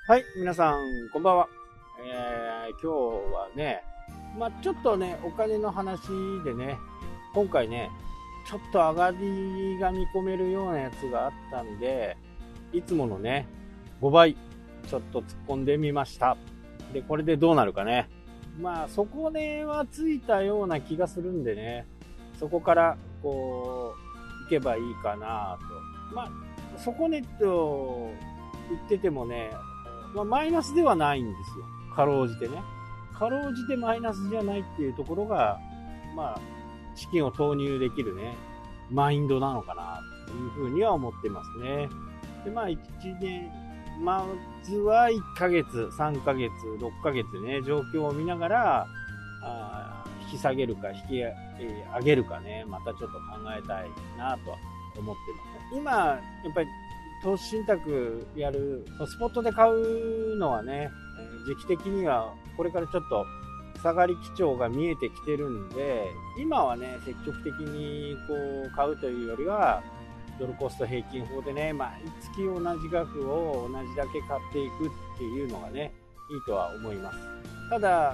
はい、皆さん、こんばんは。今日はね、ちょっとね、お金の話でね、今回ね、ちょっと上がりが見込めるようなやつがあったんで、いつものね、5倍、ちょっと突っ込んでみました。で、これでどうなるかね。底値はついたような気がするんでね、そこから、行けばいいかなと。底値と言っててもね、マイナスではないんですよ。かろうじてね。かろうじてマイナスじゃないっていうところが、資金を投入できるね、マインドなのかな、というふうには思ってますね。で、1年、まずは1ヶ月、3ヶ月、6ヶ月ね、状況を見ながら、引き下げるか、引き上げるかね、またちょっと考えたいなとは思ってます。今、やっぱり、投資信託やる、スポットで買うのはね、時期的にはこれからちょっと下がり基調が見えてきてるんで、今はね、積極的に買うというよりは、ドルコスト平均法でね、毎月同じ額を同じだけ買っていくっていうのがね、いいとは思います。ただ、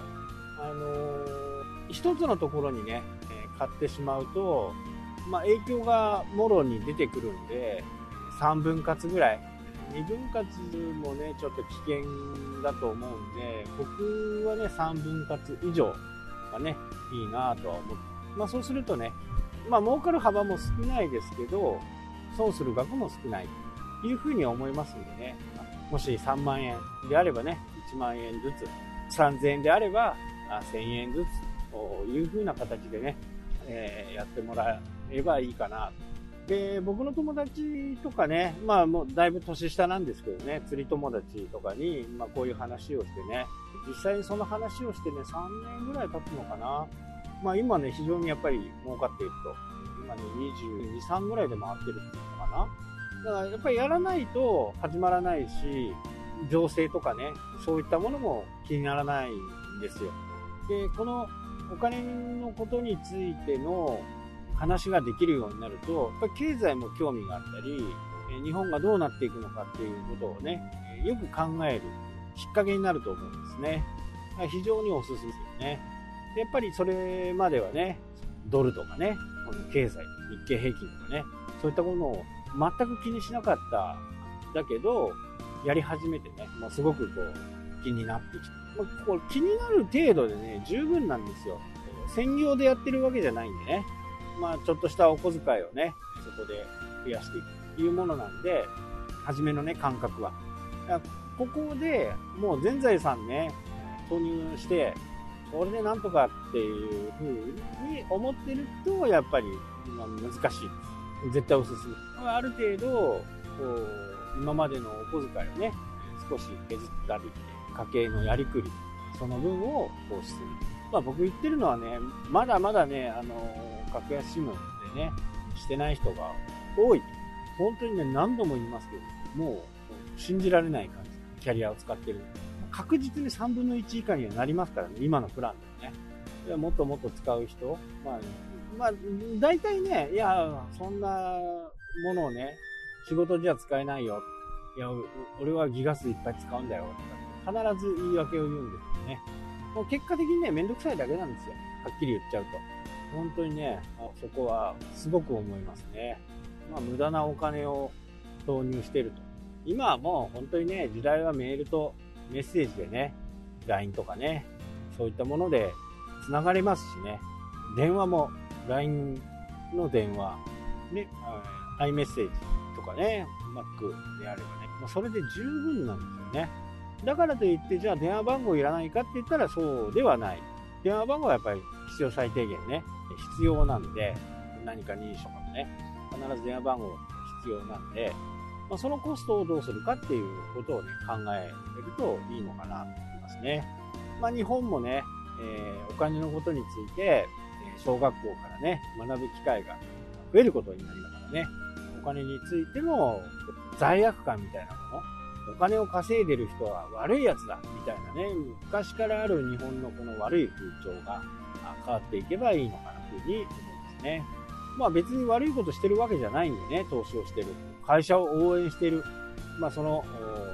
一つのところにね、買ってしまうと、影響がもろに出てくるんで、3分割ぐらい、2分割もねちょっと危険だと思うんで、僕はね3分割以上がねいいなとは思って、そうするとね、儲かる幅も少ないですけど、損する額も少ないというふうに思いますんでね、もし3万円であればね1万円ずつ、3000円であれば1000円ずつというふうな形でね、やってもらえばいいかなと。で、僕の友達とかね、もうだいぶ年下なんですけどね、釣り友達とかに、こういう話をしてね、実際にその話をしてね、3年ぐらい経つのかな。今ね、非常にやっぱり儲かっていると。今ね、22、3ぐらいで回ってるっていうのかな。だからやっぱりやらないと始まらないし、情勢とかね、そういったものも気にならないんですよ。で、このお金のことについての話ができるようになると、やっぱり経済も興味があったり、日本がどうなっていくのかっていうことをね、よく考えるきっかけになると思うんですね。非常におすすめですよね。でやっぱりそれまではね、ドルとかね、この経済、日経平均とかね、そういったものを全く気にしなかった。だけど、やり始めてね、すごく気になってきた。これ気になる程度でね、十分なんですよ。専業でやってるわけじゃないんでね。ちょっとしたお小遣いをね、そこで増やしていくというものなんで、初めのね、感覚は。ここでもう全財産ね、投入して、これでなんとかっていう風に思ってると、やっぱり、難しいです。絶対おすすめ。ある程度、今までのお小遣いをね、少し削ったり、家計のやりくり、その分をする。僕言ってるのはね、まだまだね、格安 SIM でね、してない人が多い。本当にね、何度も言いますけど、もう信じられない感じ。キャリアを使ってる。確実に3分の1以下にはなりますからね、今のプランでもね。もっともっと使う人、大体ね、いや、そんなものをね、仕事じゃ使えないよ。いや、俺はギガ数いっぱい使うんだよ。とか必ず言い訳を言うんですよね。もう結果的にね、めんどくさいだけなんですよ。はっきり言っちゃうと。本当にね、そこはすごく思いますね。無駄なお金を投入してると。今はもう本当にね、時代はメールとメッセージでね、LINE とかね、そういったもので繋がれますしね、電話も LINE の電話、ね、iMessage とかね、Mac であればね、それで十分なんですよね。だからといって、じゃあ電話番号いらないかって言ったらそうではない。電話番号はやっぱり必要最低限ね、必要なんで、何か認証とかもね、必ず電話番号が必要なんで、そのコストをどうするかっていうことをね、考えるといいのかなと思いますね。日本もね、お金のことについて、小学校からね、学ぶ機会が増えることになりますからね、お金についての罪悪感みたいなもの、お金を稼いでる人は悪いやつだみたいなね、昔からある日本のこの悪い風潮が変わっていけばいいのかなというふうに思いますね。別に悪いことしてるわけじゃないんでね、投資をしてる。会社を応援してる。その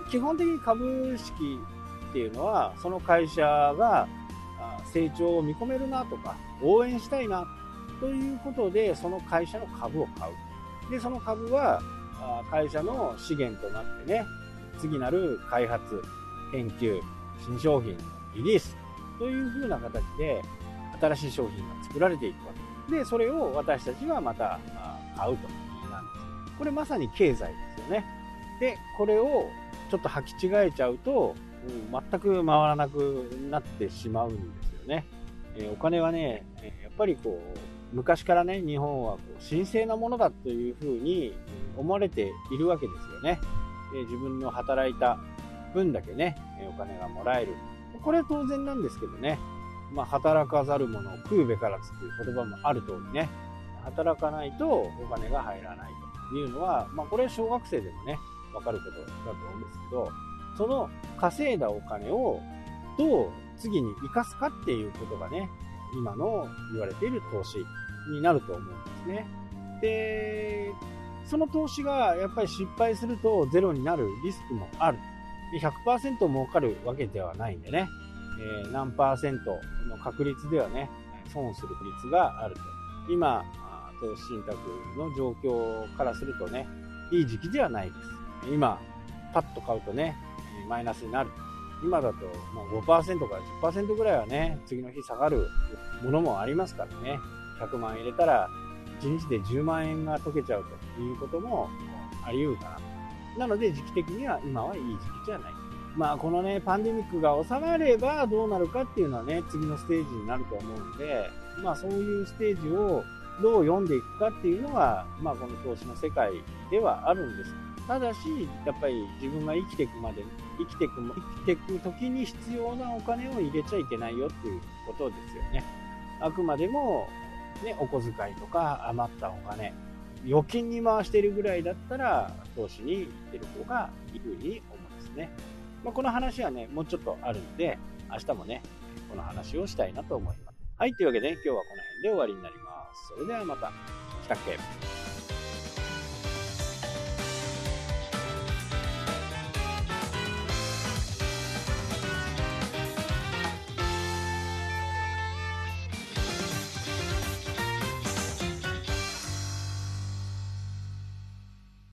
基本的に株式っていうのは、その会社が成長を見込めるなとか、応援したいなということで、その会社の株を買う。で、その株は会社の資源となってね、次なる開発、研究、新商品のリリースという風な形で新しい商品が作られていくわけで、それを私たちがまた買うとなんです。これまさに経済ですよね。で、これをちょっと履き違えちゃうと、全く回らなくなってしまうんですよね。お金はね、やっぱりこう昔からね、日本はこう神聖なものだというふうに思われているわけですよね。自分の働いた分だけね、お金がもらえる。これは当然なんですけどね。働かざる者食うべからずという言葉もある通りね、働かないとお金が入らないというのは、これは小学生でもね、わかることだと思うんですけど、その稼いだお金をどう次に生かすかっていうことがね、今の言われている投資になると思うんですね。で、その投資がやっぱり失敗するとゼロになるリスクもある。100% 儲かるわけではないんでね、何%の確率ではね、損する率があると。今、投資信託の状況からするとね、いい時期ではないです。今、パッと買うとね、マイナスになる。今だと5% から 10% ぐらいはね、次の日下がるものもありますからね。100万入れたら1日で10万円が溶けちゃうということもあり得るかな。なので時期的には今はいい時期じゃない。このね、パンデミックが収まればどうなるかっていうのはね、次のステージになると思うので、そういうステージをどう読んでいくかっていうのが、この投資の世界ではあるんです。ただし、やっぱり自分が生きていく時に必要なお金を入れちゃいけないよっていうことですよね。あくまでも、ね、お小遣いとか余ったお金、預金に回しているぐらいだったら、投資に行ってる方がいいふうに思いますね。この話はね、もうちょっとあるので、明日もね、この話をしたいなと思います。はい、というわけで、今日はこの辺で終わりになります。それではまた。したっけ。